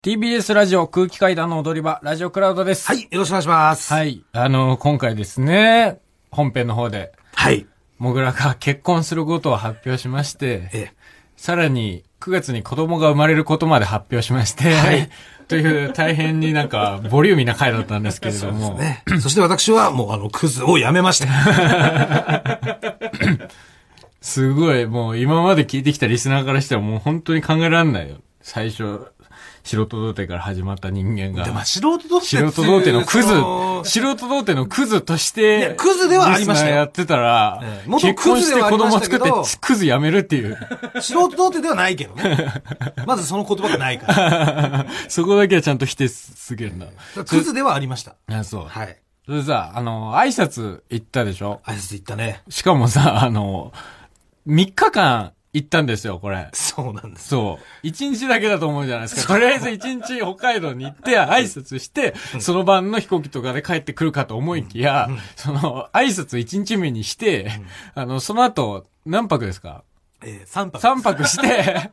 TBS ラジオ空気階段の踊り場、ラジオクラウドです。 はい、よろしくお願いします。 はい、今回ですね、本編の方で、 はい。 もぐらが結婚することを発表しまして、さらに9月に子供が生まれることまで発表しまして、はい。という大変になんかボリューミーな回だったんですけれども。 そうですね。そして私はもうクズをやめました。 すごい、もう今まで聞いてきたリスナーからしてはもう本当に考えられないよ。最初、素人童貞から始まった人間が。 でも素人童貞のクズ、素人童貞のクズとして、 クズではありましたよ。 やってたら、結婚して子供作ってクズやめるっていう。 素人童貞ではないけどね。まずその言葉がないから。 そこだけはちゃんと否定すげるんだ。 クズではありました。 あ、そう。 はい。 それさ、挨拶行ったでしょ？ 挨拶行ったね。 しかもさ、3日間、行ったんですよ、これ。 そうなんです。 そう。1日だけだと思うじゃないですか。とりあえず1日北海道に行って挨拶して、その晩の飛行機とかで帰ってくるかと思いきや、挨拶1日目にして、その後、何泊ですか ？3泊。 3泊して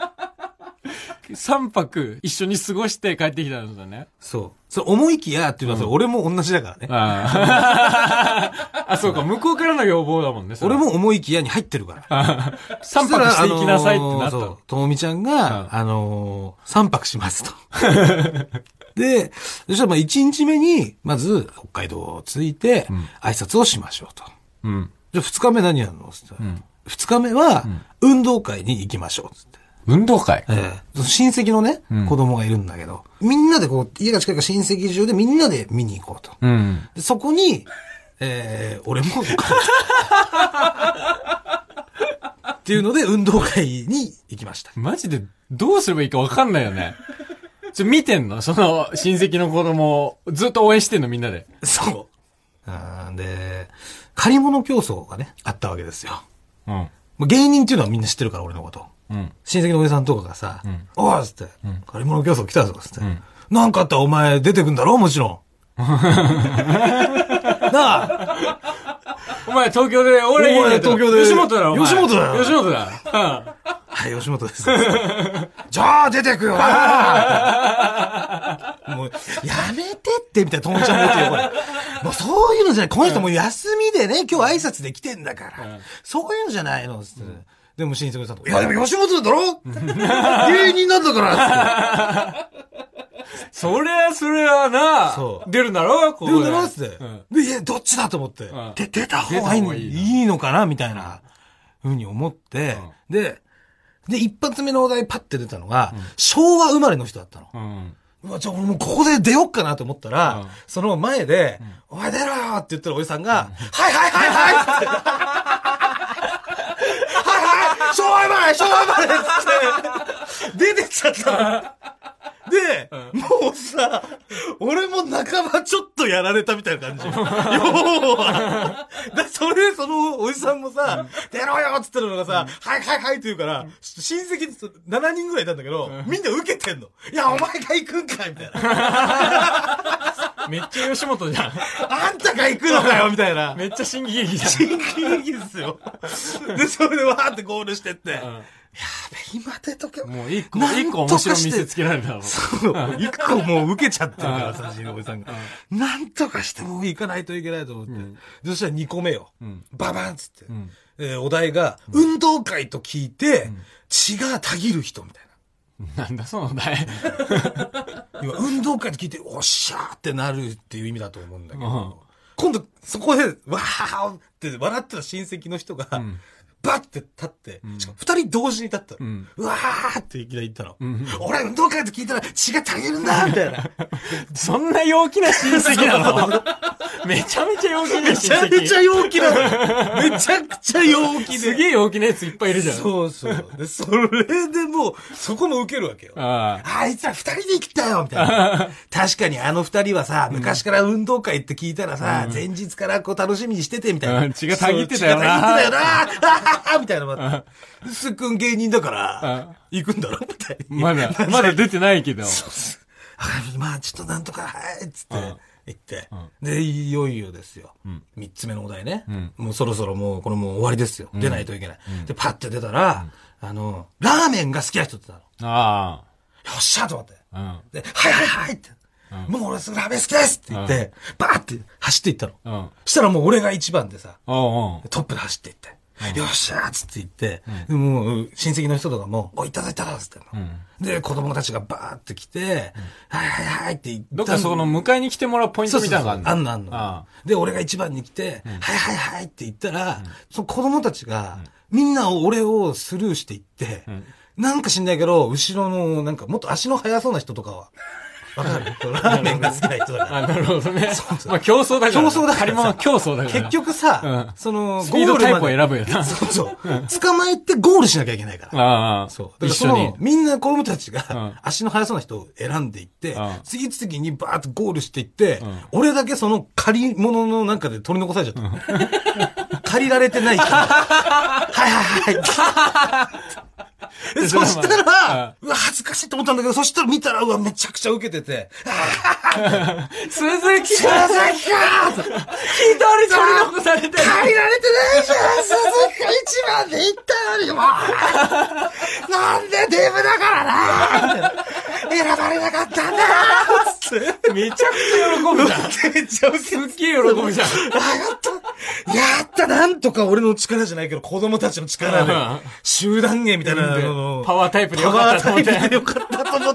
、3泊一緒に過ごして帰ってきたんですよね。 そう。それ思いきやっていうのは、俺も同じだからね。 あ、そうか、向こうからの要望だもんね。 俺も思いきやに入ってるから。 3泊していきなさいってなった。 そう。ともみちゃんが、3泊しますと。で、そしたら1日目に、まず北海道を着いて、挨拶をしましょうと。じゃあ2日目何やるの2日目は、運動会に行きましょう。 運動会？ 親戚のね、子供がいるんだけど、みんなで家が近いから親戚中でみんなで見に行こうと。でそこに、俺も、っていうので運動会に行きました。 マジでどうすればいいか分かんないよね。見てんの？その親戚の子供をずっと応援してんのみんなで。 そう。で、借り物競争がね、あったわけですよ。芸人っていうのはみんな知ってるから、俺のこと。親戚のおじさんとかがさ、おーっつって、借り物競争来たぞっつって。なんかあったらお前出てくんだろもちろん。なあお前東京で、俺東京で。 吉本だろ吉本だよ。 吉本だ。 はい、吉本です。じゃあ出てくよなもう、やめてってみたいな、ともちゃんも言ってよ、もうそういうのじゃない。この人も休みでね、今日挨拶で来てんだから。そういうのじゃないのつって。でも親戚のさんとか、いやでも吉本だろ芸人なんだからそれはな、出るんだろ出るんだろって。で、いや、どっちだと思って。出た方がいいのかなみたいな、ふうに思って、で、一発目のお題パッて出たのが、昭和生まれの人だったの。じゃあ俺もうここで出よっかなと思ったら、その前で、お前出ろよって言ったらおじさんが、はいはいはいはいって昭和生まれっつって、出てっちゃったの。で、もうさ、俺も半ばちょっとやられたみたいな感じ。要は。そのおじさんもさ、出ろよっつってるのがさ、はいはいはいって言うから、親戚7人ぐらいいたんだけど、みんな受けてんの。いや、お前が行くんかいみたいな。 めっちゃ吉本じゃん。 あんたが行くのかよみたいな。 めっちゃ新喜劇じゃん。 新喜劇ですよ。で、それでわーってゴールしてって。やべ、今出とけ。 もう一個面白い見せつけられたの。 そう。一個もう受けちゃってるから、さ、おじさんが。なんとかしてもう行かないといけないと思って。そしたら2個目よ。ババンっつって。お題が、運動会と聞いて、血がたぎる人みたいな。なんだそのお題。 今、運動会と聞いて、おっしゃーってなるっていう意味だと思うんだけど。今度、そこで、わーって笑ってた親戚の人が、バッて立って、しかも二人同時に立ったの。うわーっていきなり言ったの。俺運動会と聞いたら血がたぎるんだみたいな。 そんな陽気な親戚なのめちゃめちゃ陽気な親戚。 めちゃめちゃ陽気なの。めちゃくちゃ陽気で。 すげえ陽気なやついっぱいいるじゃん。 そうそう。で、それでもう、そこも受けるわけよ。あいつら二人で来たよみたいな。確かにあの二人はさ、昔から運動会って聞いたらさ、前日からこう楽しみにしててみたいな。 血がたぎってたよな。 血がたぎってたよなみたいなのもあって。すっくん芸人だから、行くんだろみたいな。まだ出てないけど。 まあちょっとなんとか、はいっつって。行って。で、いよいよですよ。三つ目のお題ね。もうそろそろもう、これもう終わりですよ。出ないといけない。で、パッて出たら、ラーメンが好きな人って言ったの。よっしゃと思って。 で、はいはいはいって、もう俺すぐラーメン好きですって言って、バーって走っていったの。したらもう俺が一番でさ、トップで走っていって、よっしゃーっつって言って、もう親戚の人とかも、いただいたらっつってで、子供たちがバーって来て、はいはいはいって言った。 どっかその迎えに来てもらうポイントみたいなのがあるの？ あんの。で、俺が一番に来て、はいはいはいって言ったら、その子供たちが、みんな俺をスルーしていって、なんか知んないけど、後ろの、なんかもっと足の速そうな人とかは、わかるラーメンが好きな人だから。 なるほどね。まあ競争だから。 競争だから。 仮物競争だから。 結局さ、その、 スピードタイプを選ぶよな。 そうそう。捕まえてゴールしなきゃいけないから。そう。一緒に。みんな子供たちが、足の速そうな人を選んでいって、次々にバーッとゴールしていって、俺だけその借り物の中で取り残されちゃった。借りられてない人。はいはいはい。そしたら、うわ、恥ずかしいと思ったんだけど、そしたら見たら、うわ、めちゃくちゃ受けてて、 鈴木か一人取り残されてる。 借りられてないじゃん鈴木が一番で行ったのに、もうなんでデブだからな選ばれなかったんだってめちゃくちゃ喜ぶじゃん。 めっちゃ受けて。 すっげえ喜ぶじゃん。 やったなんとか俺の力じゃないけど、子供たちの力で、集団芸みたいなパワータイプでよかったと思って。 パワータイプでよかったと思って。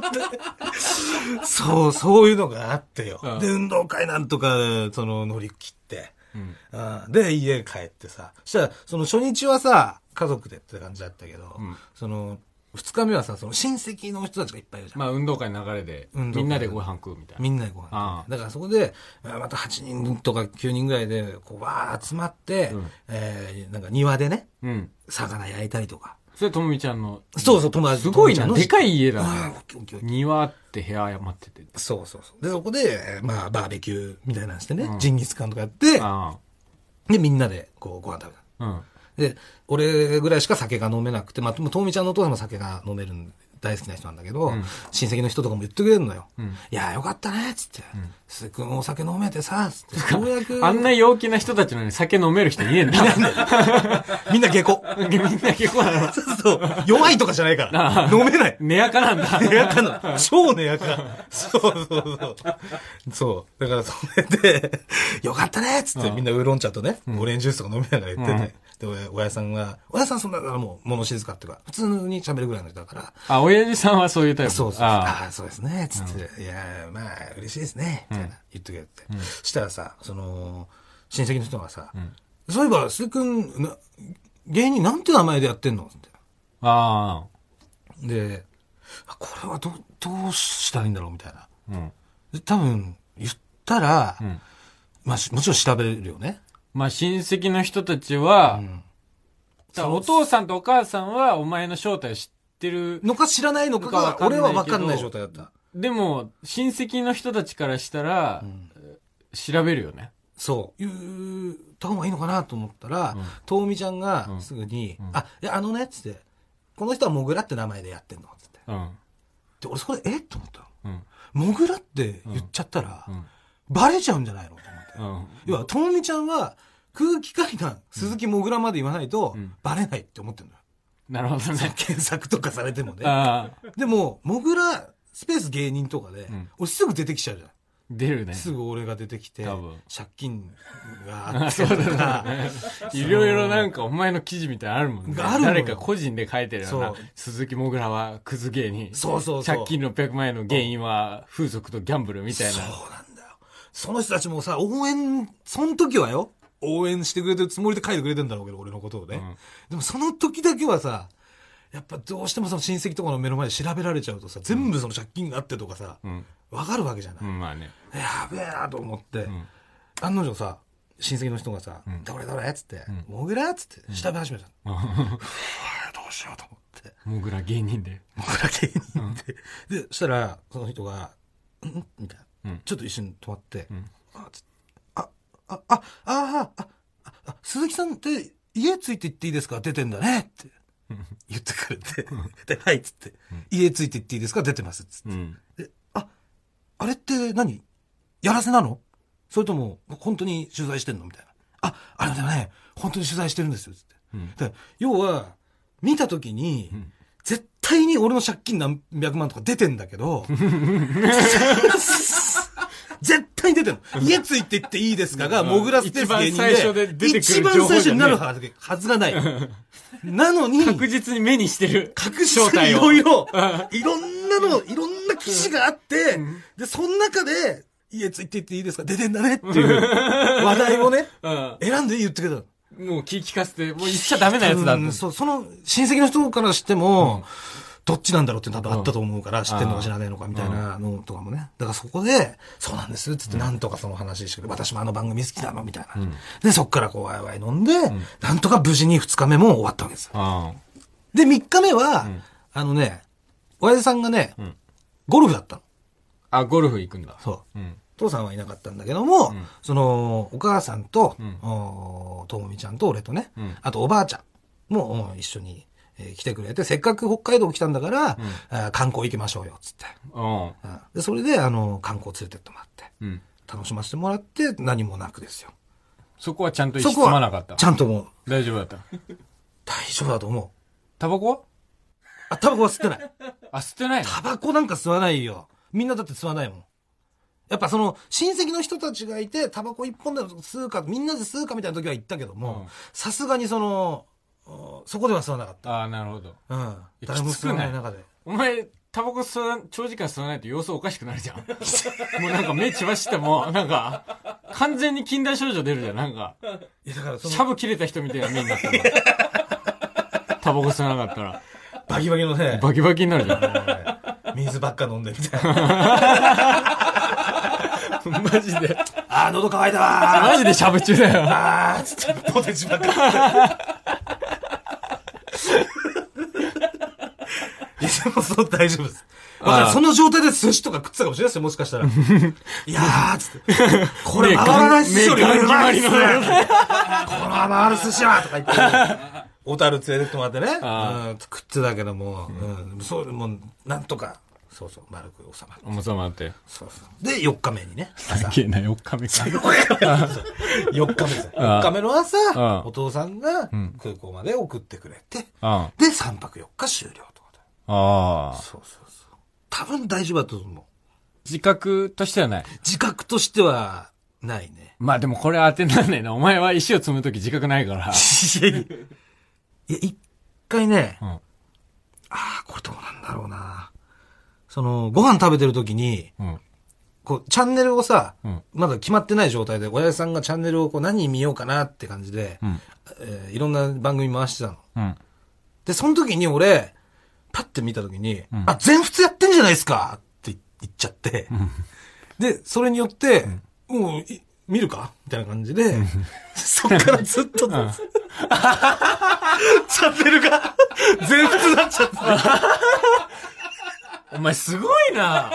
そういうのがあってよ。で、運動会なんとか、乗り切って、で、家帰ってさ、そしたら、その初日はさ、家族でって感じだったけど、二日目はさ、その親戚の人たちがいっぱいいるじゃん。 まあ運動会の流れで、みんなでご飯食うみたいな。 みんなでご飯食う。だからそこで、また8人とか9人ぐらいで、こう、わー集まって、なんか庭でね、魚焼いたりとか。 それともみちゃんの。 そう、友達。 すごいな、でかい家だね。庭あって部屋余ってて。 そう。で、そこで、まあ、バーベキューみたいなんしてね、ジンギスカンとかやって、で、みんなで、こう、ご飯食べた。で、俺ぐらいしか酒が飲めなくて、まあ、とみちゃんのお父さんも酒が飲める大好きな人なんだけど、親戚の人とかも言ってくれるのよ。いや、よかったね、つって。鈴木くんお酒飲めてさ、つって。ようやく。 あんな陽気な人たちなのに酒飲める人いねえんだ。 みんな下戸。 みんな下戸なの。 そう。弱いとかじゃないから。飲めない。 寝垢なんだ。 寝垢の。超寝垢。そう。だからそれで、よかったね、つってみんなウーロン茶とね、オレンジジュースとか飲みながら言ってて。で、親父さんそんな、もう、物静かっていうか、普通に喋るぐらいの人だから。 親父さんはそういうタイプ。 そう。そうですね、つって。いや、まあ、嬉しいですね、みたいな言ってくれて。したらさ、親戚の人がさ、そういえば、鈴木くん、芸人なんて名前でやってんのって。で、これはどうしたらいいんだろうみたいな。多分、言ったら、まあ、もちろん調べるよね。 まあ、親戚の人たちは、お父さんとお母さんはお前の正体を知ってるのか知らないのかが、俺は分かんない状態だった。 でも、親戚の人たちからしたら、調べるよね。 そう。言った方がいいのかなと思ったら、とうみちゃんがすぐに、いや、つって、この人はモグラって名前でやってんのつって。で、俺そこで、と思ったの。モグラって言っちゃったら、バレちゃうんじゃないのと思って。要は、とうみちゃんは、空気階段、鈴木もぐらまで言わないと、バレないって思ってるのよ。 なるほどね。 検索とかされてもね。でも、もぐら、スペース芸人とかで、俺すぐ出てきちゃうじゃん。 出るね。 すぐ俺が出てきて、借金があってとか、いろいろなんかお前の記事みたいなのあるもんね。誰か個人で書いてるような、鈴木もぐらはクズ芸人。借金600万円の原因は風俗とギャンブルみたいな。 そうなんだよ。その人たちもさ、その時はよ、応援してくれてるつもりで書いてくれてんだろうけど、俺のことをね。でもその時だけはさ、やっぱどうしてもその親戚とかの目の前で調べられちゃうとさ、全部その借金があってとかさ、わかるわけじゃない。 まあね。 やべえなと思って、案の定さ、親戚の人がさ、どれっつって、もぐらっつって調べ始めた。どうしようと思って。 もぐら芸人で。 もぐら芸人で。で、そしたら、その人が、みたいな。ちょっと一瞬止まって、鈴木さんって家ついて行っていいですか出てんだねって言ってくれて、で、はいっつって、家ついて行っていいですか出てますっつって。で、あれって何やらせなのそれとも本当に取材してんのみたいな。あれだね、本当に取材してるんですよっつって。要は、見た時に、 絶対に俺の借金何百万とか出てんだけど、絶対に出てんの。家ついてっていいですかが、モグラステース芸人で。 一番最初で出てくる一番最初になるはずがない。なのに、 確実に目にしてる。 確実にいろいろんな記事があって、で、その中で、家ついてっていいですか出てんだねっていう話題をね、選んで言ってくれたの。 もう聞かせて、もう言っちゃダメなやつだって。 その親戚の人からしても、どっちなんだろうって多分あったと思うから、知ってんのか知らないのかみたいなのとかもね。だからそこで、そうなんですつってなんとかその話してくれ、私もあの番組好きなのみたいな。で、そっからこうワイワイ飲んで、なんとか無事に2日目も終わったわけですよ。で、3日目は、親父さんがね、ゴルフだったの。 あ、ゴルフ行くんだ。 そう。父さんはいなかったんだけども、その、お母さんと、ともみちゃんと俺とね、あとおばあちゃんも一緒に来てくれて、せっかく北海道来たんだから、観光行きましょうよ、つって。で、それで、観光連れてってもらって、楽しませてもらって、何もなくですよ。 そこはちゃんと石積まなかった。 ちゃんともう。大丈夫だった。 大丈夫だと思う。 タバコは？ タバコは吸ってない。 あ、吸ってないの？ タバコなんか吸わないよ。みんなだって吸わないもん。やっぱその、親戚の人たちがいて、タバコ一本で吸うか、みんなで吸うかみたいな時は言ったけども、さすがにその、そこでは吸わなかった。 ああ、なるほど。 誰も吸わない中で。 お前、タバコ長時間吸わないと様子おかしくなるじゃん。もうなんか目血走っても、なんか、完全に禁断症状出るじゃん、なんか。 いやだからシャブ切れた人みたいな目になってる。タバコ吸わなかったら。 バキバキのね。 バキバキになるじゃん。水ばっか飲んでみたいな。 マジで。 喉乾いたわマジでシャブ中だよ。 つってポテチばっかり。でもそう大丈夫です。その状態で寿司とか食ってたかもしれないですよ、もしかしたら。いやー、つって。これ回らない寿司よりうまいっすね。この回る寿司はとか言って。小樽連れてってもらってね。食ってたけども、そう、もう、なんとか。そうそう、丸く収まって。 収まって。 そうそう。で、4日目にね。 すげえな、4日目か。 4日目です。4日目の朝、お父さんが空港まで送ってくれて、で、3泊4日終了とかで。そうそうそう。多分大丈夫だと思う。 自覚としてはない。 自覚としては、ないね。 まあでもこれ当てにならないな。お前は石を積むとき自覚ないから。いや、 一回ね、これどうなんだろうな。その、ご飯食べてる時に、こう、チャンネルをさ、まだ決まってない状態で、親父さんがチャンネルをこう何見ようかなって感じで、いろんな番組回してたの。で、その時に俺、パッて見た時に、全仏やってんじゃないですかって言っちゃって、で、それによって、もう、見るかみたいな感じで、そっからずっと、チャンネルが全仏になっちゃって。 お前すごいな。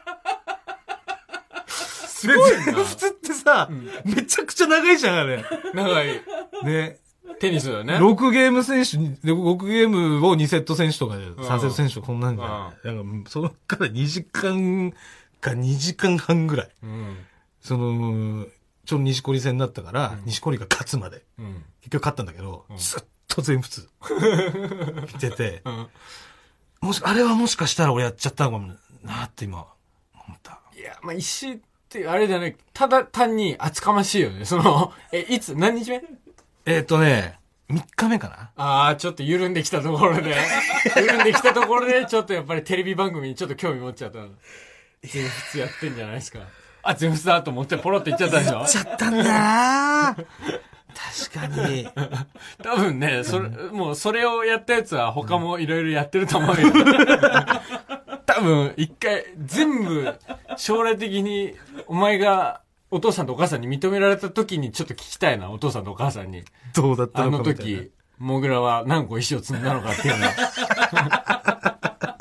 すごいな。全仏ってさ、めちゃくちゃ長いじゃん、あれ。 長い。 ね。 テニスだよね。 6ゲーム選手、6ゲームを2セット選手とかで、3セット選手とかこんなんじゃん。なんか、そのから2時間か2時間半ぐらい。その、西堀戦になったから、西堀が勝つまで。結局勝ったんだけど、ずっと全仏。見てて、あれはもしかしたら俺やっちゃったのかもなって今、思った。 いや、まあ、石って、あれじゃない、ただ単に厚かましいよね。その、いつ、何日目 3日目かな。ちょっと緩んできたところで、緩んできたところで、ちょっとやっぱりテレビ番組にちょっと興味持っちゃったの。全仏やってんじゃないですか。全仏だと思ってポロって言っちゃったでしょ。 言っちゃったんだな確かに。 多分ね、もうそれをやったやつは他もいろいろやってると思うよ。多分一回全部将来的にお前がお父さんとお母さんに認められた時にちょっと聞きたいな、お父さんとお母さんに。 どうだったのかみたいな。 時、モグラは何個石を積んだのかっていうのは。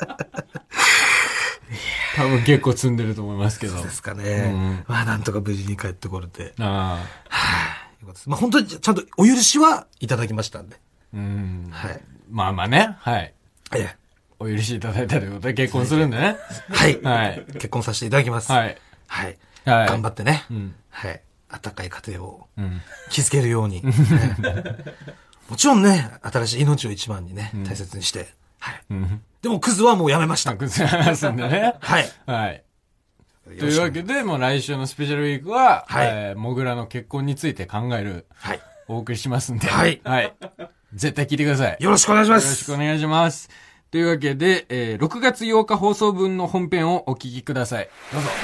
多分結構積んでると思いますけど。 そうですかね。まあなんとか無事に帰ってこれて。まあ本当にちゃんとお許しはいただきましたんで。 はい。まあまあね。はい。お許しいただいたということで結婚するんでね。 はい。はい。結婚させていただきます。はい。はい。頑張ってね。はい。温かい家庭を築けるように。もちろんね、新しい命を一番にね、大切にしてはい。 うん。 でもクズはもうやめました。 クズ話んでね。 はい。 はい。というわけで、もう来週のスペシャルウィークは、 はいモグラの結婚について考える、 はい。 お送りしますんで、 はい。 はい。絶対聞いてください。 よろしくお願いします。 よろしくお願いします。というわけで、6月8日放送分の本編をお聞きください。どうぞ。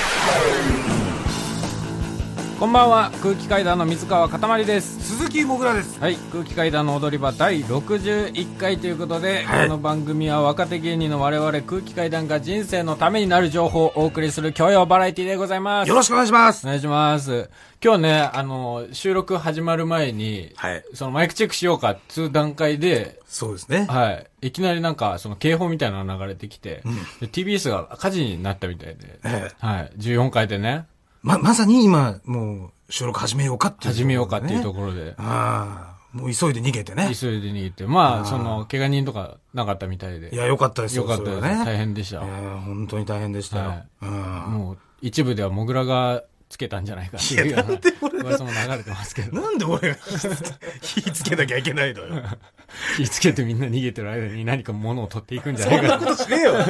こんばんは、空気階段の水川かたまりです。 鈴木もぐらです。 はい、空気階段の踊り場第61回ということで、 はい、 この番組は若手芸人の我々空気階段が人生のためになる情報をお送りする教養バラエティでございます。 よろしくお願いします。 お願いします。今日ね、収録始まる前に、 はい、 そのマイクチェックしようかっていう段階で、 そうですね。 はい。いきなりなんか、その警報みたいなのが流れてきて、で TBS が火事になったみたいで、はい。14回でね。 まさに今、もう、収録始めようかっていう、ね。 始めようかっていうところで。 ああ、もう急いで逃げてね。 急いで逃げて。まあ、怪我人とかなかったみたいで。 いや、よかったですよ。 よかったです。ね、大変でした。 本当に大変でしたよ。はい、 もう、一部ではモグラがつけたんじゃないかっていう噂も流れてますけど。 なんで俺が火つけなきゃいけないのよ。 火つけてみんな逃げてる間に何か物を取っていくんじゃないか。 そんなことしねえよ。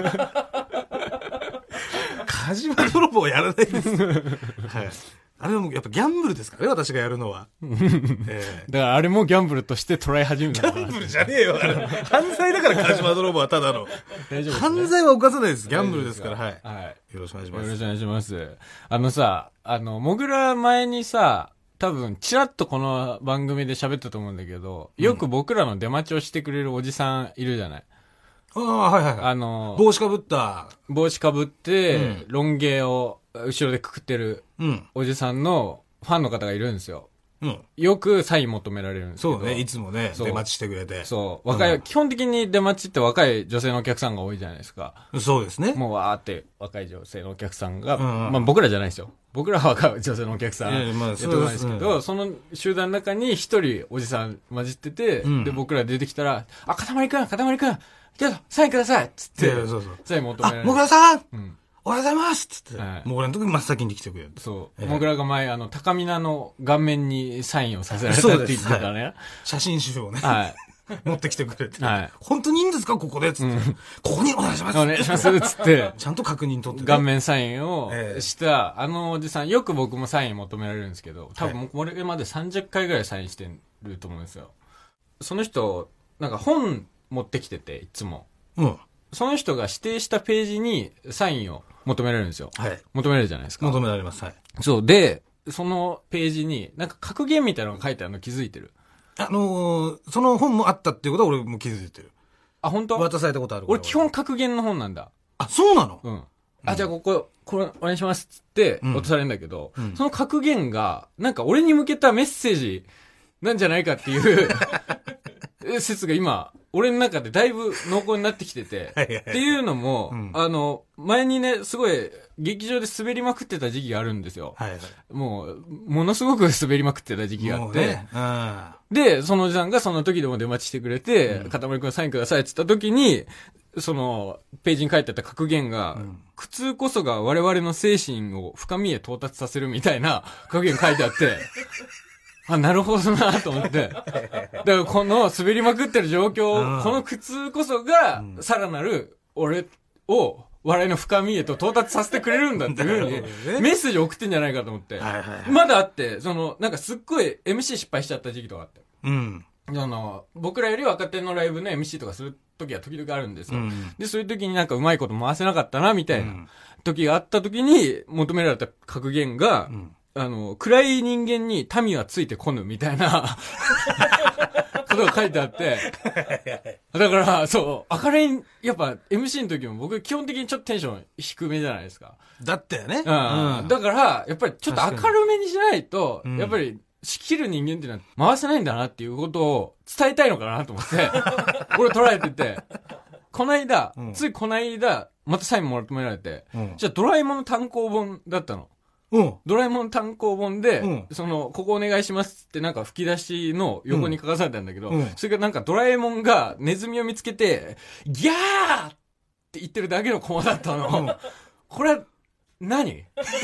火事場泥棒やらないです。はい。あれはもうやっぱギャンブルですからね、私がやるのは。 だからあれもギャンブルとして捉え始めた。 ギャンブルじゃねえよ。犯罪だから火事場泥棒はただの。 大丈夫ですね、 犯罪は犯さないです。ギャンブルですから。はい。 はい。 よろしくお願いします。 よろしくお願いします。さ、モグラ前にさ、多分、ちらっとこの番組で喋ったと思うんだけど、よく僕らの出待ちをしてくれるおじさんいるじゃない。 ああ、はいはいはい。帽子かぶった。 帽子かぶって、ロン毛を後ろでくくってる、おじさんのファンの方がいるんですよ。よくサイン求められるんですけど。 そうね、いつもね、出待ちしてくれて。 そう。基本的に出待ちって若い女性のお客さんが多いじゃないですか。 そうですね。 もうわーって若い女性のお客さんが、まあ僕らじゃないですよ。僕らは若い女性のお客さん。まあそうですけど、その集団の中に一人おじさん混じってて、で、僕ら出てきたら、あ、かたまりくんけど、サインくださいっつって、サイン求められる。 もぐらさんおはようございますっつって、もぐらの時に真っ先に来てくれる。 そう。もぐらが前、高見菜の顔面にサインをさせられたって言ってたね。 写真集をね。 はい。 持ってきてくれて。 はい。 本当にいいんですかここでつって。ここにお願いします。 お願いしますつって。 ちゃんと確認取って。 顔面サインをしたおじさん、よく僕もサイン求められるんですけど、多分これまで30回ぐらいサインしてると思うんですよ。その人、なんか本持ってきてて、いつも。その人が指定したページにサインを求められるんですよ。 はい。 求められるじゃないですか。 求められます。はい。 そう。で、そのページに、なんか格言みたいなのが書いてあるの気づいてる？ その本もあったっていうことは俺も気づいてる。 あ、本当？ 渡されたことある。 俺基本格言の本なんだ。 あ、そうなの？ うん。あ、じゃあこれお願いしますっつって渡されるんだけど、その格言が、なんか俺に向けたメッセージなんじゃないかっていう説が今、俺の中でだいぶ濃厚になってきてて、っていうのも、前にね、すごい、劇場で滑りまくってた時期があるんですよ。もう、ものすごく滑りまくってた時期があって、で、そのおじさんがその時でも出待ちしてくれて、かたまりくんサインくださいって言った時に、その、ページに書いてあった格言が、苦痛こそが我々の精神を深みへ到達させるみたいな格言書いてあって、あ、なるほどなと思って。だからこの滑りまくってる状況、この苦痛こそが、さらなる俺を笑いの深みへと到達させてくれるんだっていう風に、メッセージ送ってんじゃないかと思って。まだあって、なんかすっごい MC 失敗しちゃった時期とかあって。僕らより若手のライブの MC とかする時は時々あるんですよ。で、そういう時になんかうまいこと回せなかったな、みたいな時があった時に求められた格言が、暗い人間に民はついてこぬみたいなことが書いてあって。だから、そう、明るい、やっぱ MC の時も僕基本的にちょっとテンション低めじゃないですか。 だったよね。 だから、やっぱりちょっと明るめにしないと、やっぱり仕切る人間っていうのは回せないんだなっていうことを伝えたいのかなと思って、俺捉えてて、ついこの間、またサイン求められて、じゃあドラえもんの単行本だったの。ドラえもん単行本で、ここお願いしますってなんか吹き出しの横に書かされたんだけど、それがなんかドラえもんがネズミを見つけて、ギャーって言ってるだけのコマだったの。これは何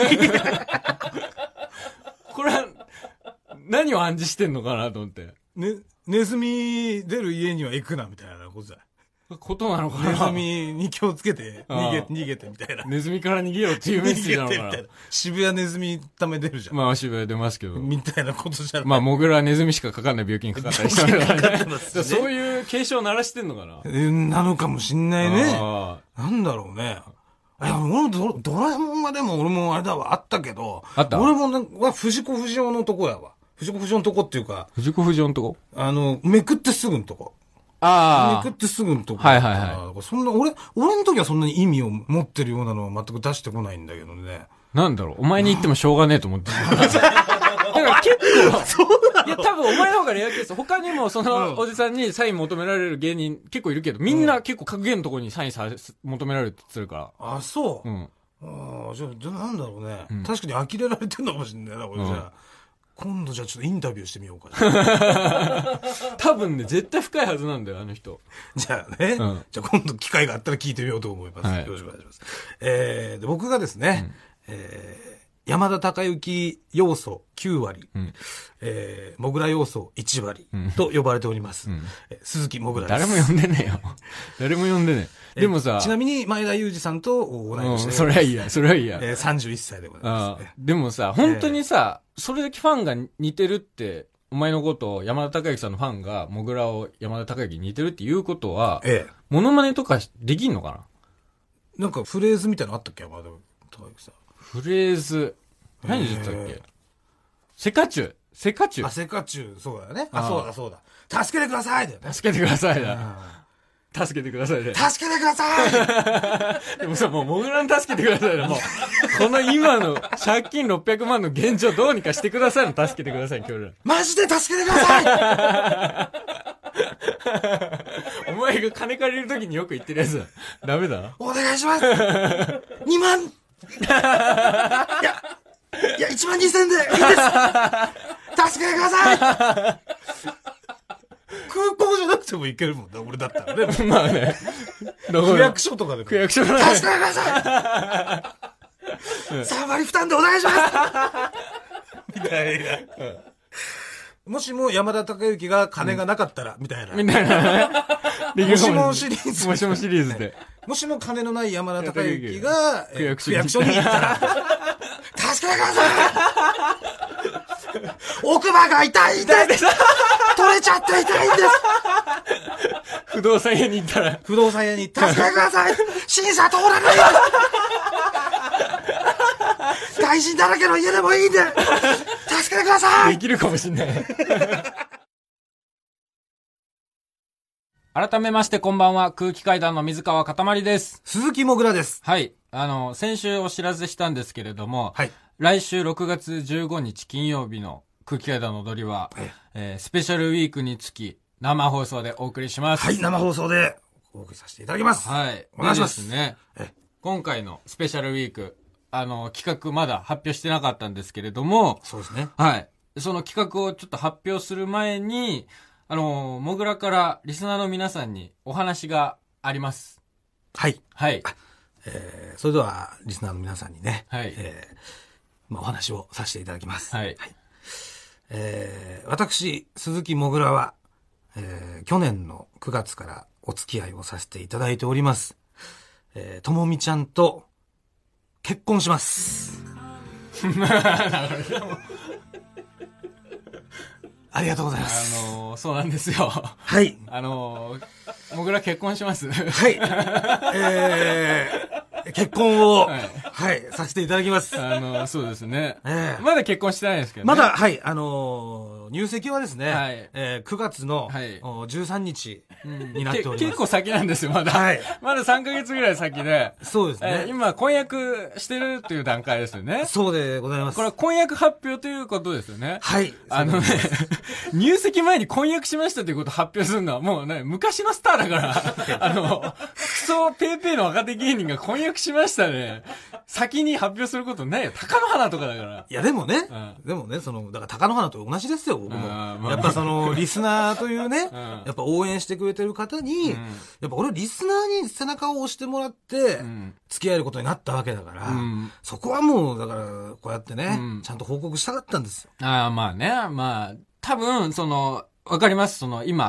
これは何を暗示してんのかなと思って。 ネズミ出る家には行くなみたいなことだ。 ことなのかな。 ネズミに気をつけて、逃げてみたいな。 ネズミから逃げろっていうメッセージなのかな。 渋谷ネズミため出るじゃん。 まあ渋谷出ますけど。 みたいなことじゃない。 まあモグラはネズミしかかかんない病気にかかったりしたからね。 ねそういう警鐘を鳴らしてんのかな。 なのかもしんないね。なんだろうね。いや、俺もドラえもんはでも俺もあれだわ、あったけど。 あった俺もは藤子不二雄のとこやわ。藤子不二雄のとこっていうか。 藤子不二雄のとこめくってすぐのとこ。めくってすぐのとこ。 はいはいはい。 そんな、俺の時はそんなに意味を持ってるようなのは全く出してこないんだけどね。 なんだろう、お前に言ってもしょうがねえと思って。だから結構、いや多分お前の方がレアケース。他にもそのおじさんにサイン求められる芸人結構いるけど、みんな結構格言のところにサイン求められるって言ってるから。 あ、そう。 うん。 じゃあなんだろうね。確かに呆れられてんのかもしれないな、俺じゃあ。今度じゃあちょっとインタビューしてみようかな。 多分ね、絶対深いはずなんだよ、あの人。 じゃあね。じゃあ今度機会があったら聞いてみようと思います。よろしくお願いします。で僕がですね、山田孝之要素9割、もぐら要素1割と呼ばれております。鈴木もぐらです。 誰も呼んでねえよ。誰も呼んでねえ。でもさ、 ちなみに前田裕二さんと同い年で。 それはいいや、それはいいや。 31歳でございます。 でもさ、本当にさ、それだけファンが似てるって、お前のことを山田孝之さんのファンがもぐらを山田孝之に似てるっていうことは、モノマネとかできんのかな？ なんかフレーズみたいなのあったっけ山田孝之さん。 フレーズ、何言ってたっけ？セカチュウ。セカチュウ。 あ、セカチュウ。そうだよね。そうだ。助けてくださいだよね。 助けてくださいだ。助けてくださいね。 助けてくださいでもさ、もう、もぐらに助けてくださいね。もう、この今の借金600万の現状どうにかしてくださいの、助けてください、今日。 マジで助けてくださいお前が金借りるときによく言ってるやつだ。ダメだ。 お願いします !2 万いや、1万2000でいいです助けてください空港じゃなくても行けるもんね、俺だったらね。 まあね。 区役所とかでも。 区役所助けてください3割負担でお願いしますみたいな。もしも山田孝之が金がなかったら、みたいな。みたいな。もしもシリーズ。 もしもシリーズで。 もしも金のない山田孝之が、区役所に行ったら、助けてください奥歯が痛いんです取れちゃって痛いんです不動産屋に行ったら。 不動産屋に助けてください審査通らない外人だらけの家でもいいんで助けてくださいできるかもしんない。改めましてこんばんは、空気階段の水川かたまりです。 鈴木もぐらです。 はい。先週お知らせしたんですけれども、 はい。 来週6月15日金曜日の空気階段の踊りは、スペシャルウィークにつき生放送でお送りします。 はい、生放送でお送りさせていただきます。 はい。 お願いします。 ですね。今回のスペシャルウィーク、企画まだ発表してなかったんですけれども、 そうですね。 はい。その企画をちょっと発表する前に、もぐらからリスナーの皆さんにお話があります。 はい。 はい。 それでは、リスナーの皆さんにね、 はい。 お話をさせていただきます。 はい。 私、鈴木もぐらは、去年の9月からお付き合いをさせていただいております。ともみちゃんと結婚します。ありがとうございます。 そうなんですよ。 はい。 もぐら結婚します。 はい。結婚を、はい、させていただきます。 そうですね。まだ結婚してないですけどね。 まだ、はい、入籍はですね、 はい、 9月の、13日になっております。 結構先なんですよ、まだ。 はい。 まだ3ヶ月ぐらい先で。 そうですね。 今、婚約してるっていう段階ですよね。 そうでございます。 これは婚約発表ということですよね。 はい。 入籍前に婚約しましたということを発表するのはもうね、昔のスターだから、クソペーペーの若手芸人が婚約しましたね。先に発表することないよ。貴乃花とかだから。 いや、でもね、だから貴乃花と同じですよ、僕も。やっぱリスナーというね、やっぱ応援してくれてる方に、やっぱ俺リスナーに背中を押してもらって、付き合えることになったわけだから、そこはもう、だから、こうやってね、ちゃんと報告したかったんですよ。 まあね、まあ、多分、わかります。今、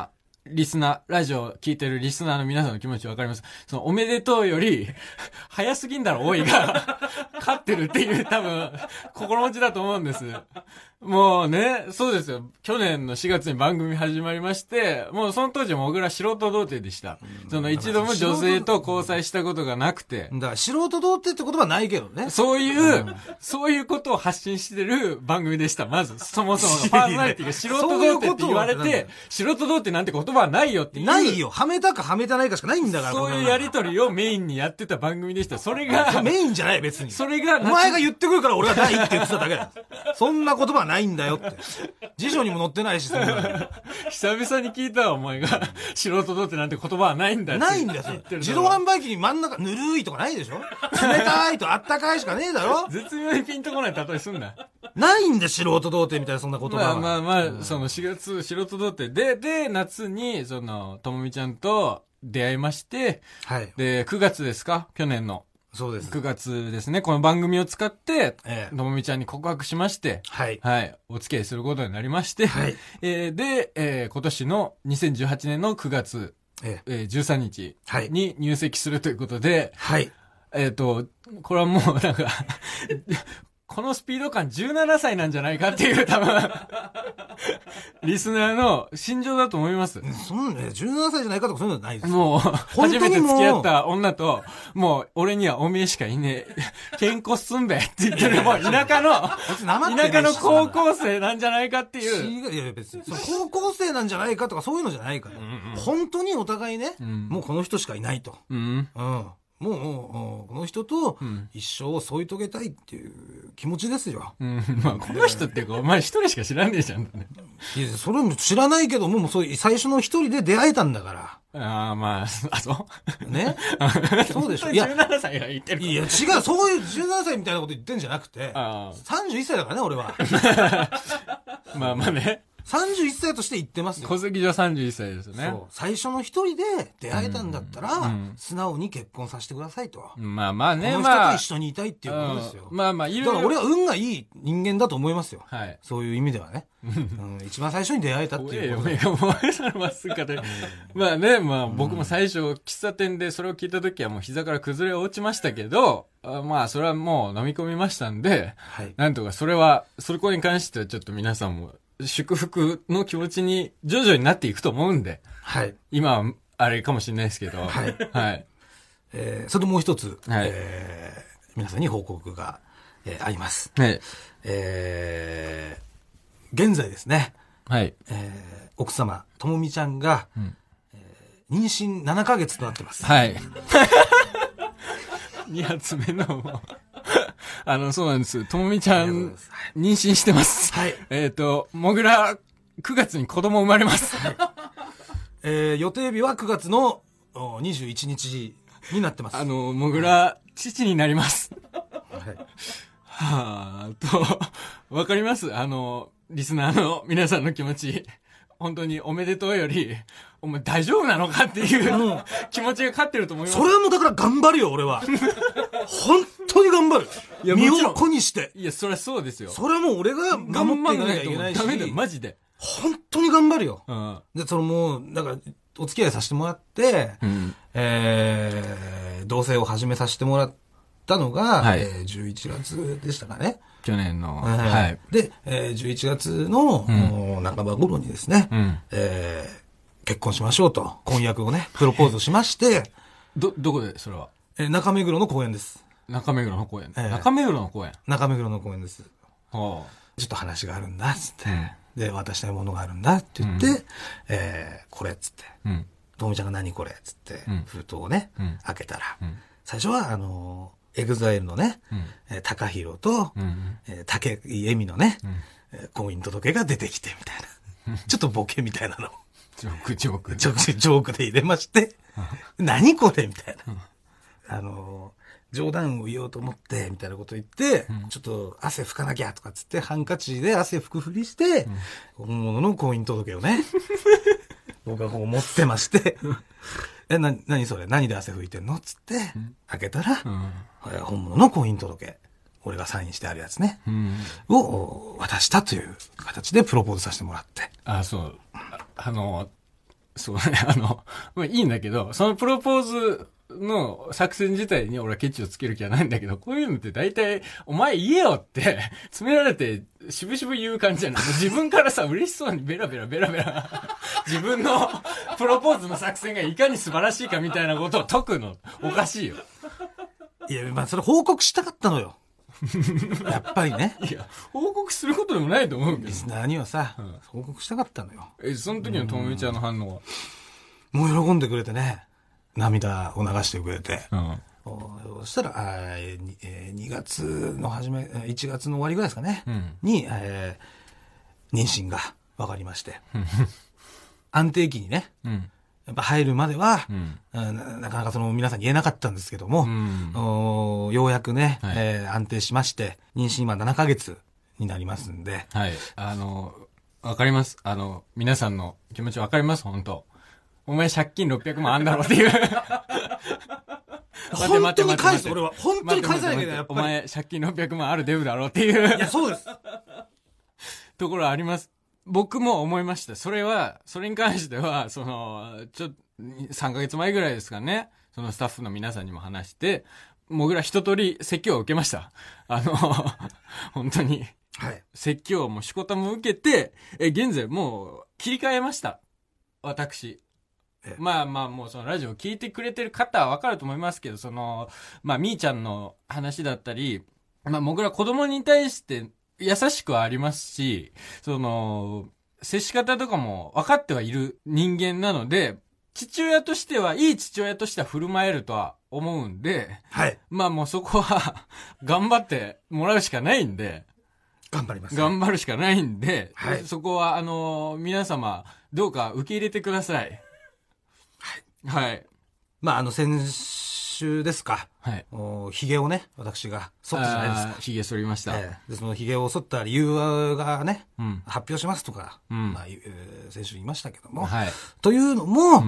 リスナー、ラジオ聞いてるリスナーの皆さんの気持ちわかります。その、おめでとうより、早すぎんだろ、おいが、勝ってるっていう多分、心持ちだと思うんです。もうね、そうですよ。去年の4月に番組始まりまして、もうその当時もぐら素人童貞でした。その一度も女性と交際したことがなくて。 だから素人童貞って言葉ないけどね。 そういうことを発信してる番組でした。まず、そもそものパーソナリティが素人童貞って言われて、素人童貞なんて言葉はないよっていう。 ないよ。はめたかはめたないかしかないんだから。 そういうやりとりをメインにやってた番組でした。それが、 メインじゃない別に。 それが、 お前が言ってくるから俺がないって言ってただけだ。そんな言葉はないんだよって。辞書にも載ってないし、そんなの。 久々に聞いたわ、お前が。素人童貞なんて言葉はないんだよ。 ないんだよ。自動販売機に真ん中、ぬるいとかないでしょ。冷たいとあったかいしかねえだろ。 絶妙にピンとこない例えすんな。 ないんで素人童貞みたいなそんな言葉は。 まあ、その4月、素人童貞で、夏に、その、ともみちゃんと出会いまして、 はい。 で、9月ですか去年の。 そうです。 9月ですね。この番組を使って、 ともみちゃんに告白しまして、 はい。 はい。お付き合いすることになりまして、 はい。 で、今年の2018年の9月、13日に入籍するということで、 はい。 これはもうなんか、このスピード感17歳なんじゃないかっていう多分、リスナーの心情だと思います。 そうね、17歳じゃないかとかそういうのはないです。 もう、初めて付き合った女と、もう、俺にはおめえしかいねえ。健康すんべって言ってる、もう田舎の高校生なんじゃないかっていう。 いや別に。高校生なんじゃないかとかそういうのじゃないから。本当にお互いね、もうこの人しかいないと。もう、この人と一生を添い遂げたいっていう気持ちですよ。 まあ、この人っていうか、お前一人しか知らんねえじゃん。 いや、それも知らないけども、そういう最初の一人で出会えたんだから。 ああ、まあ、そうねそうでしょ。 いや、17歳が言ってる。 いや、違う、そういう17歳みたいなこと言ってんじゃなくて、31歳だからね、俺は。 まあまあね。 31歳として言ってますよ。 戸籍上31歳ですよね。そう。 最初の一人で出会えたんだったら、素直に結婚させてくださいと。 まあまあね、 この人と一緒にいたいっていうことですよ。 まあまあ、いろいろ。 だから俺は運がいい人間だと思いますよ。 はい。 そういう意味ではね。一番最初に出会えたっていうこと。 まあね、まあ僕も最初、喫茶店でそれを聞いた時はもう膝から崩れ落ちましたけど、まあそれはもう飲み込みましたんで、なんとかそこに関してはちょっと皆さんも、祝福の気持ちに徐々になっていくと思うんで。 はい。 今は、あれかもしれないですけど。 はい。 はい。 それともう一つ、 はい、 皆さんに報告が、あります。 はい。 現在ですね。 はい。 奥様、ともみちゃんが、妊娠7ヶ月となってます。 はい。2発目の、そうなんです。ともみちゃん、妊娠してます。 はい。 もぐら、9月に子供生まれます。 予定日は9月の21日になってます。 もぐら、父になります。 はい。 わかります？リスナーの皆さんの気持ち。本当におめでとうより、お前大丈夫なのかっていう気持ちが勝ってると思います。 それはもうだから頑張るよ、俺は。本当に頑張る。いや、身を粉にして。 いや、そりゃそうですよ。 それはもう俺が頑張っていかなきゃいけないし。 ダメだよ、マジで。 本当に頑張るよ。 で、 もう、だから、お付き合いさせてもらって、同棲を始めさせてもらったのが、11月でしたかね。 去年の。 はい。で、11月の半ば頃にですね、結婚しましょうと、婚約をね、プロポーズしまして、 どこで、それは中目黒の公園です。 中目黒の公園。中目黒の公園。 中目黒の公園です。ちょっと話があるんだ、つって。で、渡したいものがあるんだって言って、これっつって。ともみちゃんが何これっつって、封筒をね、開けたら、最初は、エグザイルのね、高弘と、竹井絵美のね、婚姻届が出てきてみたいな。ちょっとボケみたいなの。 ジョークで入れまして、何これみたいな。冗談を言おうと思って、みたいなこと言って、ちょっと汗拭かなきゃとかつって、ハンカチで汗拭くふりして、本物の婚姻届をね、僕はこう持ってまして、何それ何で汗拭いてんのつって、開けたら、本物の婚姻届、俺がサインしてあるやつね、を渡したという形でプロポーズさせてもらって。 そう。 そうね、まあいいんだけど、そのプロポーズの作戦自体に俺はケチをつける気はないんだけど、こういうのって大体、お前言えよって、詰められて、しぶしぶ言う感じじゃない。もう自分からさ、嬉しそうにベラベラ、自分のプロポーズの作戦がいかに素晴らしいかみたいなことを解くの、おかしいよ。 いや、まあそれ報告したかったのよ。やっぱりね。 いや、報告することでもないと思うけど。 リスナーにはさ、報告したかったのよ。 その時のともみちゃんの反応は？ もう喜んでくれてね。涙を流してくれて。そしたら、2月の初め、1月の終わりぐらいですかね。に、妊娠が分かりまして。安定期にね。やっぱ入るまでは、なかなかその皆さんに言えなかったんですけども、ようやくね、安定しまして、妊娠今7ヶ月になりますんで。 はい。わかります。皆さんの気持ちわかります、本当お前借金600万あんだろっていう。 本当に返す、俺は。本当に返さなきゃいけない、やっぱり。 お前借金600万あるデブだろっていう。 いや、そうです。 ところあります。僕も思いました。それに関しては、3ヶ月前ぐらいですかね。そのスタッフの皆さんにも話して、もぐら一通り説教を受けました。本当に。 はい。 説教もしこたも受けて、現在もう切り替えました。私。まあもうそのラジオを聞いてくれてる方はわかると思いますけど、みーちゃんの話だったり、もぐら子供に対して優しくはありますし、接し方とかも分かってはいる人間なので、父親としては、いい父親としては振る舞えるとは思うんで、 はい。 もうそこは、頑張ってもらうしかないんで、 頑張ります。 頑張るしかないんで、 はい、 そこは、皆様、どうか受け入れてください。はい。 先週ですか。 はい。 髭をね、私が剃ったじゃないですか。 髭剃りました。 で、その髭を剃った理由がね、発表しますとか、先週言いましたけども。 はい。 というのも、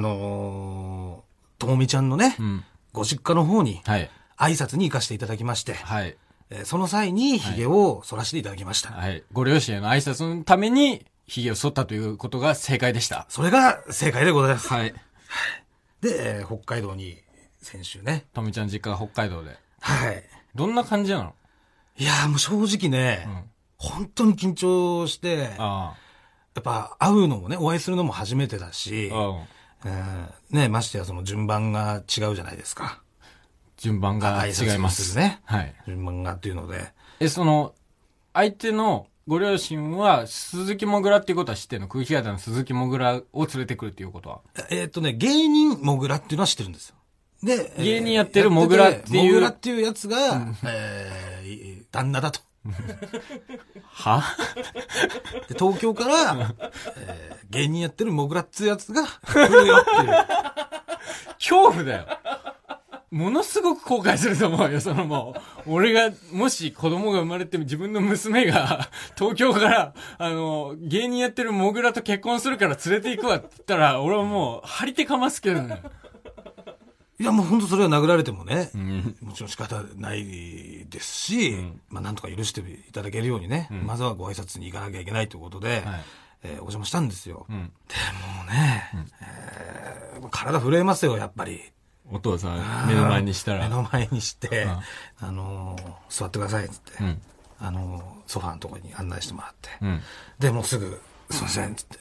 ともみちゃんのね、ご実家の方に、挨拶に行かせていただきまして、はい。その際に髭を剃らせていただきました。 はい。ご両親への挨拶のために髭を剃ったということが正解でした。 それが正解でございます。 はい。 で、北海道に先週ね。 とみちゃん実家が北海道で。 はい。 どんな感じなの？ いやもう正直ね、本当に緊張して、やっぱ会うのもね、お会いするのも初めてだし、ね、ましてやその順番が違うじゃないですか。 順番が違います。 ね。 はい。 順番がっていうので。 相手のご両親は、鈴木もぐらっていうことは知ってるの？空気型の鈴木もぐらを連れてくるっていうことは。 芸人もぐらっていうのは知ってるんですよ。で、 芸人やってるもぐらっていう。 もぐらっていうやつが、旦那だと。 はで東京から、芸人やってるもぐらっていうやつが来るよっていう。 恐怖だよ。ものすごく後悔すると思うよ、もう。俺が、もし子供が生まれて自分の娘が、東京から、芸人やってるモグラと結婚するから連れて行くわって言ったら、俺はもう、張り手かますけどね。 いや、もう本当それは殴られてもね、もちろん仕方ないですし、なんとか許していただけるようにね、まずはご挨拶に行かなきゃいけないということで、お邪魔したんですよ。でもね、体震えますよ、やっぱり。 お父さん、目の前にしたら。 目の前にして、座ってください、つって、ソファーのところに案内してもらって、で、もうすぐ、すいません、つって、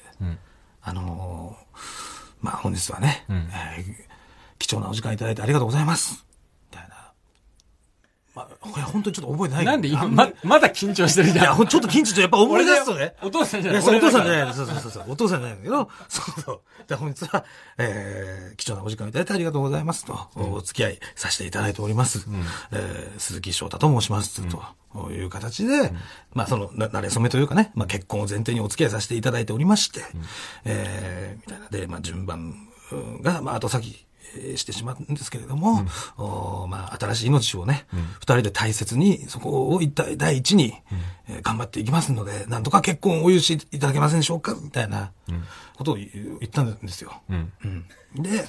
本日はね、貴重なお時間いただいてありがとうございます。みたいな。これ本当にちょっと覚えてない。 なんで今、まだ緊張してるじゃん。 いや、ちょっと緊張して、やっぱ思い出すとね。 お父さんじゃない。 お父さんじゃない。そう。お父さんじゃないんだけど、そう。で、本日は、貴重なお時間いただいてありがとうございますと、お付き合いさせていただいております。鈴木翔太と申します。という形で、慣れ初めというかね、結婚を前提にお付き合いさせていただいておりまして、みたいなで、順番が、後先、してしまうんですけれども、新しい命をね、二人で大切に、そこを第一に、頑張っていきますので、なんとか結婚をお許しいただけませんでしょうかみたいなことを言ったんですよ。で、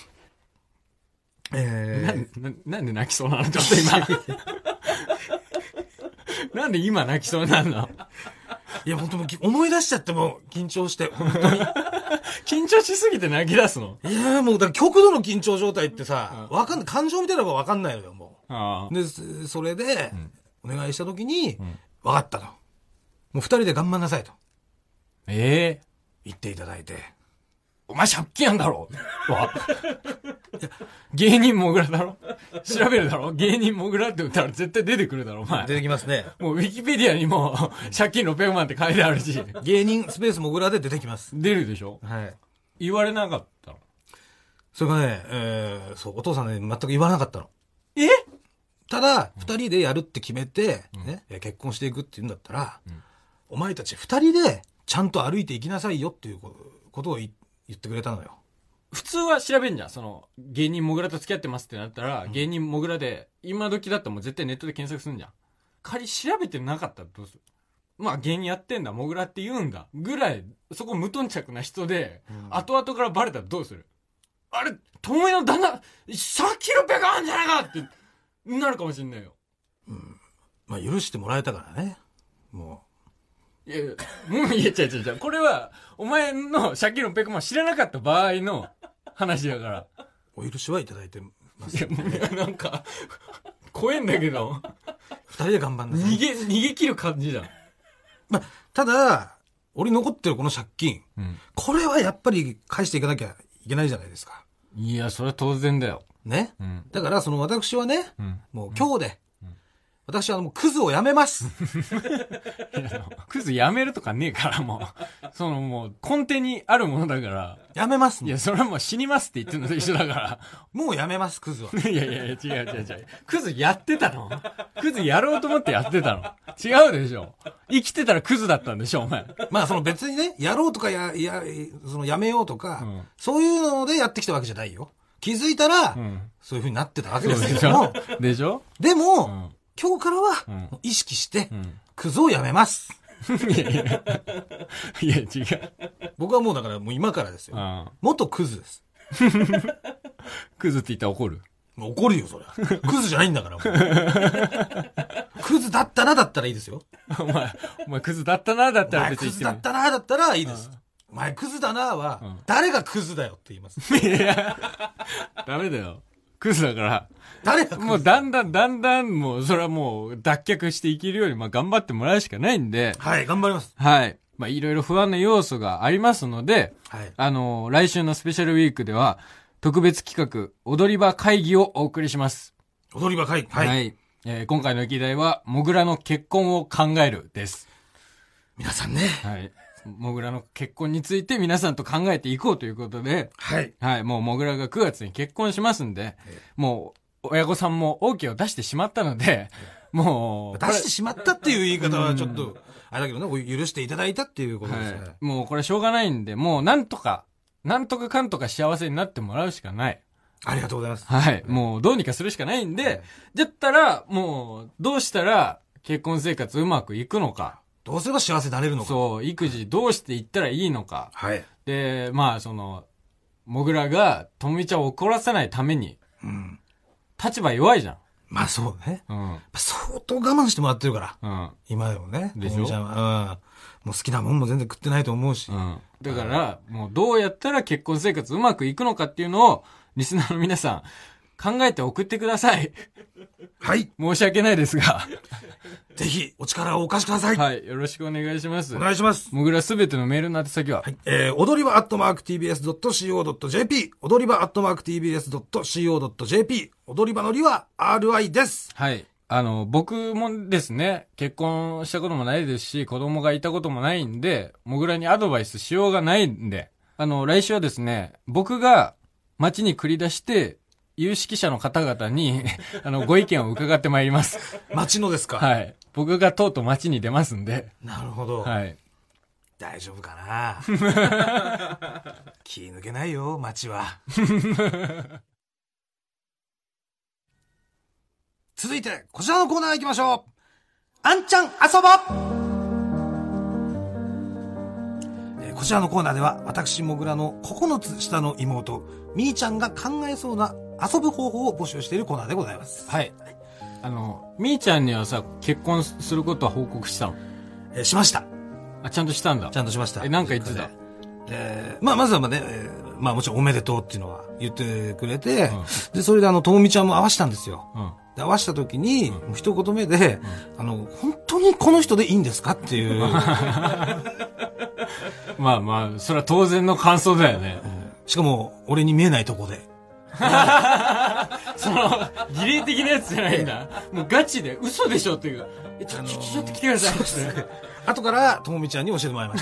なんで泣きそうなのちょっと今。なんで今泣きそうなの？ いや、本当に思い出しちゃっても緊張して、本当に。 緊張しすぎて泣き出すの？ いやもう、だから極度の緊張状態ってさ、わかんない、感情みたいなのがわかんないのよ、もう。で、それで、お願いした時に、わかったと。もう二人で頑張んなさいと。言っていただいて。 お前借金やんだろ芸人モグラだろ、調べるだろ、芸人モグラって言ったら絶対出てくるだろ、お前。 出てきますね。 もうウィキペディアにも借金600万って書いてあるし。 芸人スペースモグラで出てきます。 出るでしょ？ はい。 言われなかったの？ それがね、そう、お父さんね、全く言わなかったの。ただ、二人でやるって決めて、ね、結婚していくって言うんだったら、お前たち二人でちゃんと歩いていきなさいよっていうことを言ってくれたのよ。 普通は調べんじゃん。その、芸人モグラと付き合ってますってなったら、芸人モグラで、今時だったらもう絶対ネットで検索するんじゃん。仮調べてなかったらどうする？まあ芸人やってんだ、モグラって言うんだ。ぐらい、そこ無頓着な人で、後々からバレたらどうする？あれ、友也の旦那、借金600あんじゃないかってなるかもしんないよ。 まあ許してもらえたからね。もう。いや、違う。これは、お前の借金600万知らなかった場合の話だから。 お許しはいただいてます。 いや、もうなんか、怖えんだけど。 二人で頑張んなさい。 逃げ切る感じじゃん。 まあ、ただ、俺に残ってるこの借金、これはやっぱり返していかなきゃいけないじゃないですか。 いや、それは当然だよ。 ね。だから、私はね、もう今日で、私はもうクズをやめます。 クズやめるとかねえから、もう。もう根底にあるものだから。 やめますね。 いや、それはもう死にますって言ってるのと一緒だから。 もうやめます、クズは。 いや、違う。クズやってたの？クズやろうと思ってやってたの？違うでしょ。生きてたらクズだったんでしょ、お前。 まあ、別にね、やろうとかやめようとか、そういうのでやってきたわけじゃないよ。気づいたら、そういう風になってたわけですけども。 でしょ？ でも、今日からは、意識して、クズをやめます。 いや、違う。 僕はもうだから、もう今からですよ。元クズです。 クズって言ったら怒る？ もう怒るよ、それ。クズじゃないんだから、もう。クズだったな、だったらいいですよ。 お前クズだったな、だったら別に。 クズだったな、だったらいいです。お前クズだなは、誰がクズだよって言います。 いや、ダメだよ。クズだから。 誰がもうだんだん、もう、それはもう、脱却していけるように、まあ、頑張ってもらうしかないんで。 はい、頑張ります。 はい。まあ、いろいろ不安な要素がありますので、はい、来週のスペシャルウィークでは、特別企画、踊り場会議をお送りします。 踊り場会議。はい。はい、 今回の議題は、モグラの結婚を考えるです。 皆さんね。 はい。モグラの結婚について皆さんと考えていこうということで、 はい。 はい。もうモグラが9月に結婚しますんで、もう、親御さんも OK を出してしまったので、もう。出してしまったっていう言い方はちょっと、あれだけどね、許していただいたっていうことですね。はい、 もうこれしょうがないんで、もうなんとかかんとか幸せになってもらうしかない。 ありがとうございます。 はい。もうどうにかするしかないんで、だったら、もう、どうしたら結婚生活うまくいくのか。 どうすれば幸せになれるのか。 そう、育児どうしていったらいいのか。 はい。 で、まあ、モグラが、ともみちゃんを怒らせないために、立場弱いじゃん。 まあそうね。相当我慢してもらってるから。今でもね。 でしょ。 ともみちゃんは。もう好きなもんも全然食ってないと思うし。 だから、もうどうやったら結婚生活うまくいくのかっていうのを、リスナーの皆さん、考えて送ってください。 はい。 申し訳ないですが。 ぜひ、お力をお貸しください。 はい。よろしくお願いします。 お願いします。 もぐらすべてのメールの宛先は、はい。 踊り場@tbs.co.jp、踊り場@tbs.co.jp、踊り場のりは RI です。 はい。僕もですね、結婚したこともないですし、子供がいたこともないんで、もぐらにアドバイスしようがないんで、来週はですね、僕が街に繰り出して、有識者の方々に、ご意見を伺ってまいります。 街のですか？ はい。僕がとうとう街に出ますんで。 なるほど。 はい。 大丈夫かな気抜けないよ、街は。続いて、こちらのコーナー行きましょう。あんちゃん遊ぼこちらのコーナーでは、私、もぐらの9つ下の妹、みーちゃんが考えそうな遊ぶ方法を募集しているコーナーでございます。 はい。みーちゃんにはさ、結婚することは報告したの？ しました。 あ、ちゃんとしたんだ。 ちゃんとしました。 なんか言ってた？ まずはね、もちろんおめでとうっていうのは言ってくれて、で、それでともみちゃんも合わしたんですよ。で、合わした時に、もう一言目で、本当にこの人でいいんですかっていう。 まあ、それは当然の感想だよね。 しかも、俺に見えないとこで。 その、儀礼的なやつじゃないんだ。もうガチで、嘘でしょっていうか、ちょっと来てください。 後から、ともみちゃんに教えてもらいました。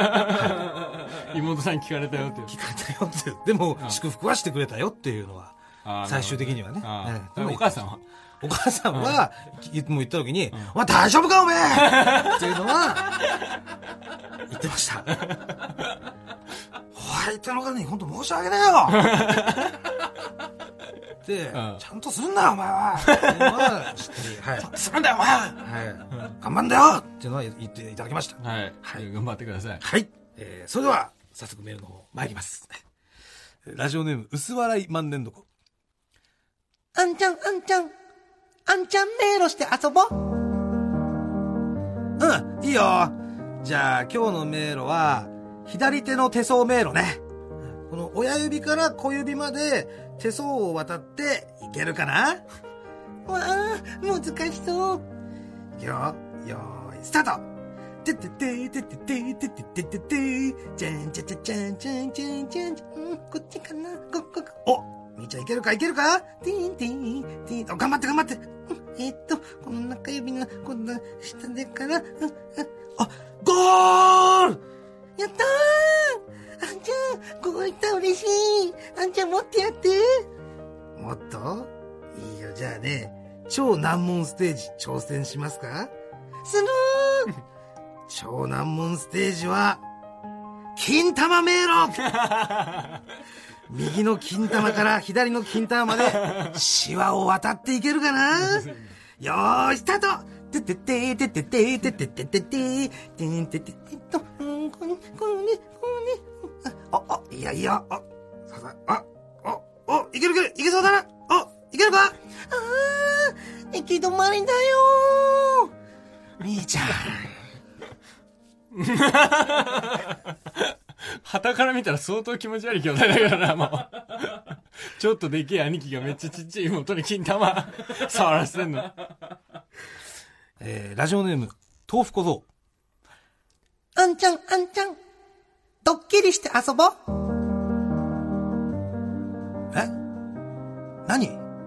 妹さんに聞かれたよって。 聞かれたよって。でも、祝福はしてくれたよっていうのは、最終的にはね。 お母さんはお母さんは、いつも言った時に、お前大丈夫かおめえっていうのは、言ってました。相手の方に本当申し訳ないよで、ちゃんとするんだよお前はっていうのは、しっかり、するんだよお前は頑張んだよっていうのは言っていただきました。 はい。頑張ってください。 はい。それでは、早速メールの方、参ります。ラジオネーム、薄笑い万年床。 あんちゃん迷路して遊ぼう。 いいよ。じゃあ、今日の迷路は、左手の手相迷路ね。この親指から小指まで手相を渡っていけるかな？ わあ、難しそう。 よーい、スタート。てててててててててててじゃんじゃじゃじゃんじゃんじゃんじゃん。 こっちかな？ お、みーちゃんいけるか？てーん。頑張って。 この中指の、こんな下でから、 ゴール！ やったー！あんちゃん、ここ行った、嬉しい。あんちゃん持ってやって。 もっと？いいよ、じゃあね、超難問ステージ挑戦しますか？ するー超難問ステージは、金玉迷路右の金玉から左の金玉まで、シワを渡っていけるかな？よーい、スタート！ててててててててててててててていやいや、いける、いけそうだな。いけるか？ 行き止まりだよー。みーちゃん。 旗から見たら相当気持ち悪い兄弟だからな、もう。ちょっとでけえ兄貴がめっちゃちっちゃい妹に金玉触らせてんの。 ラジオネーム、豆腐小僧。 あんちゃん、ドッキリして遊ぼう。 何？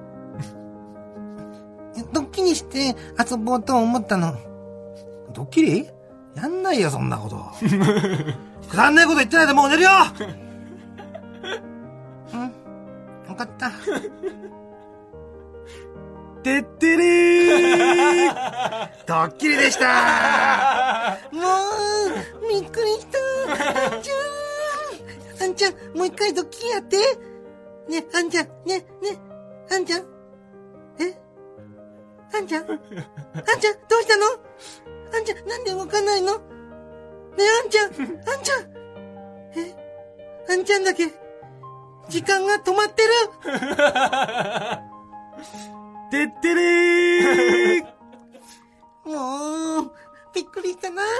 ドッキリして遊ぼうと思ったの。 ドッキリ？やんないよ、そんなこと。くだんねえこと言ってないでもう寝るよ！ わかった。 てってれードッキリでしたもう、びっくりした。あんちゃん、もう一回ドッキリやって。ね、あんちゃん、ね、あんちゃん。あんちゃん、どうしたの？あんちゃん、なんで動かないの？ねあんちゃん。あんちゃんだけ、時間が止まってる。 てってれーもう、びっくりしたな。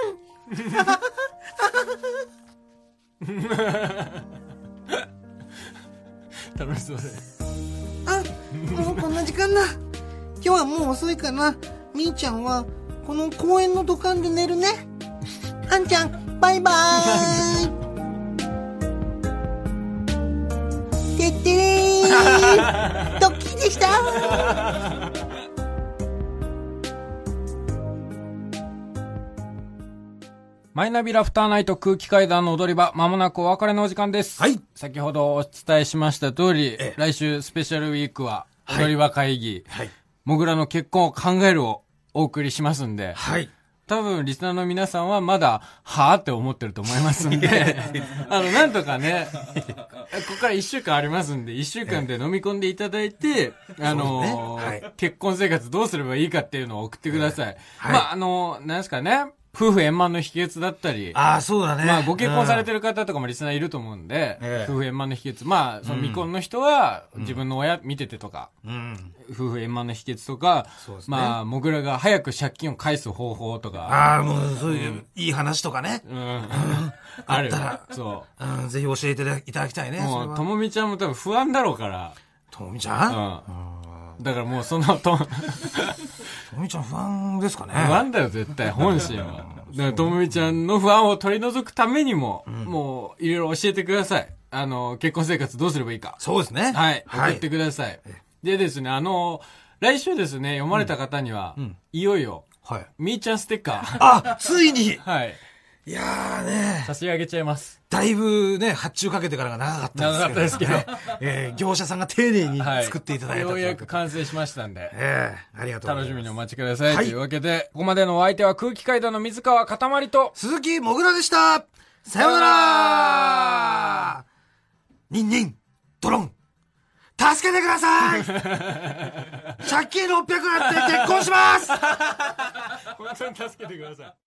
楽しそうで。 もうこんな時間だ。今日はもう遅いかな。みーちゃんは、この公園の土管で寝るね。あんちゃん、バイバーイ。てってれードッキリでしたマイナビラフターナイト空気階段の踊り場、まもなくお別れのお時間です。 はい。 先ほどお伝えしました通り、来週スペシャルウィークは、踊り場会議、もぐらの結婚を考えるをお送りしますんで、 はい。 多分リスナーの皆さんはまだはぁって思ってると思いますんでなんとかねここから1週間ありますんで1週間で飲み込んでいただいて結婚生活どうすればいいかっていうのを送ってください。なんですかね、夫婦円満の秘訣だったり。 そうだね。 ご結婚されてる方とかもリスナーいると思うんで、夫婦円満の秘訣。その未婚の人は、自分の親見ててとか、夫婦円満の秘訣とか、もぐらが早く借金を返す方法とか。 もう、そういう、いい話とかね。 あるあったらそぜひ教えていただきたいね。 う。もう、ともみちゃんも多分不安だろうから。 ともみちゃんだからもうその、 ともみちゃん不安ですかね。 不安だよ、絶対、本心は。だから、ともみちゃんの不安を取り除くためにも、もう、いろいろ教えてください。結婚生活どうすればいいか。 そうですね。 はい。送ってください。でですね、来週ですね、読まれた方には、いよいよ、 はい。 みーちゃんステッカー。 あ、ついにはい。 いやーね、 差し上げちゃいます。 だいぶね、発注かけてからが長かったですけど。 長かったです業者さんが丁寧にはい。 作っていただいたようやく完成しましたんで。 ありがとうございます。 楽しみにお待ちください。 はいというわけで、ここまでのお相手は空気階段の水川かたまりと、 鈴木もぐらでした。さようなら。ニンニン、ドロン。助けてください。借金600あって結婚します。 本当に助けてください。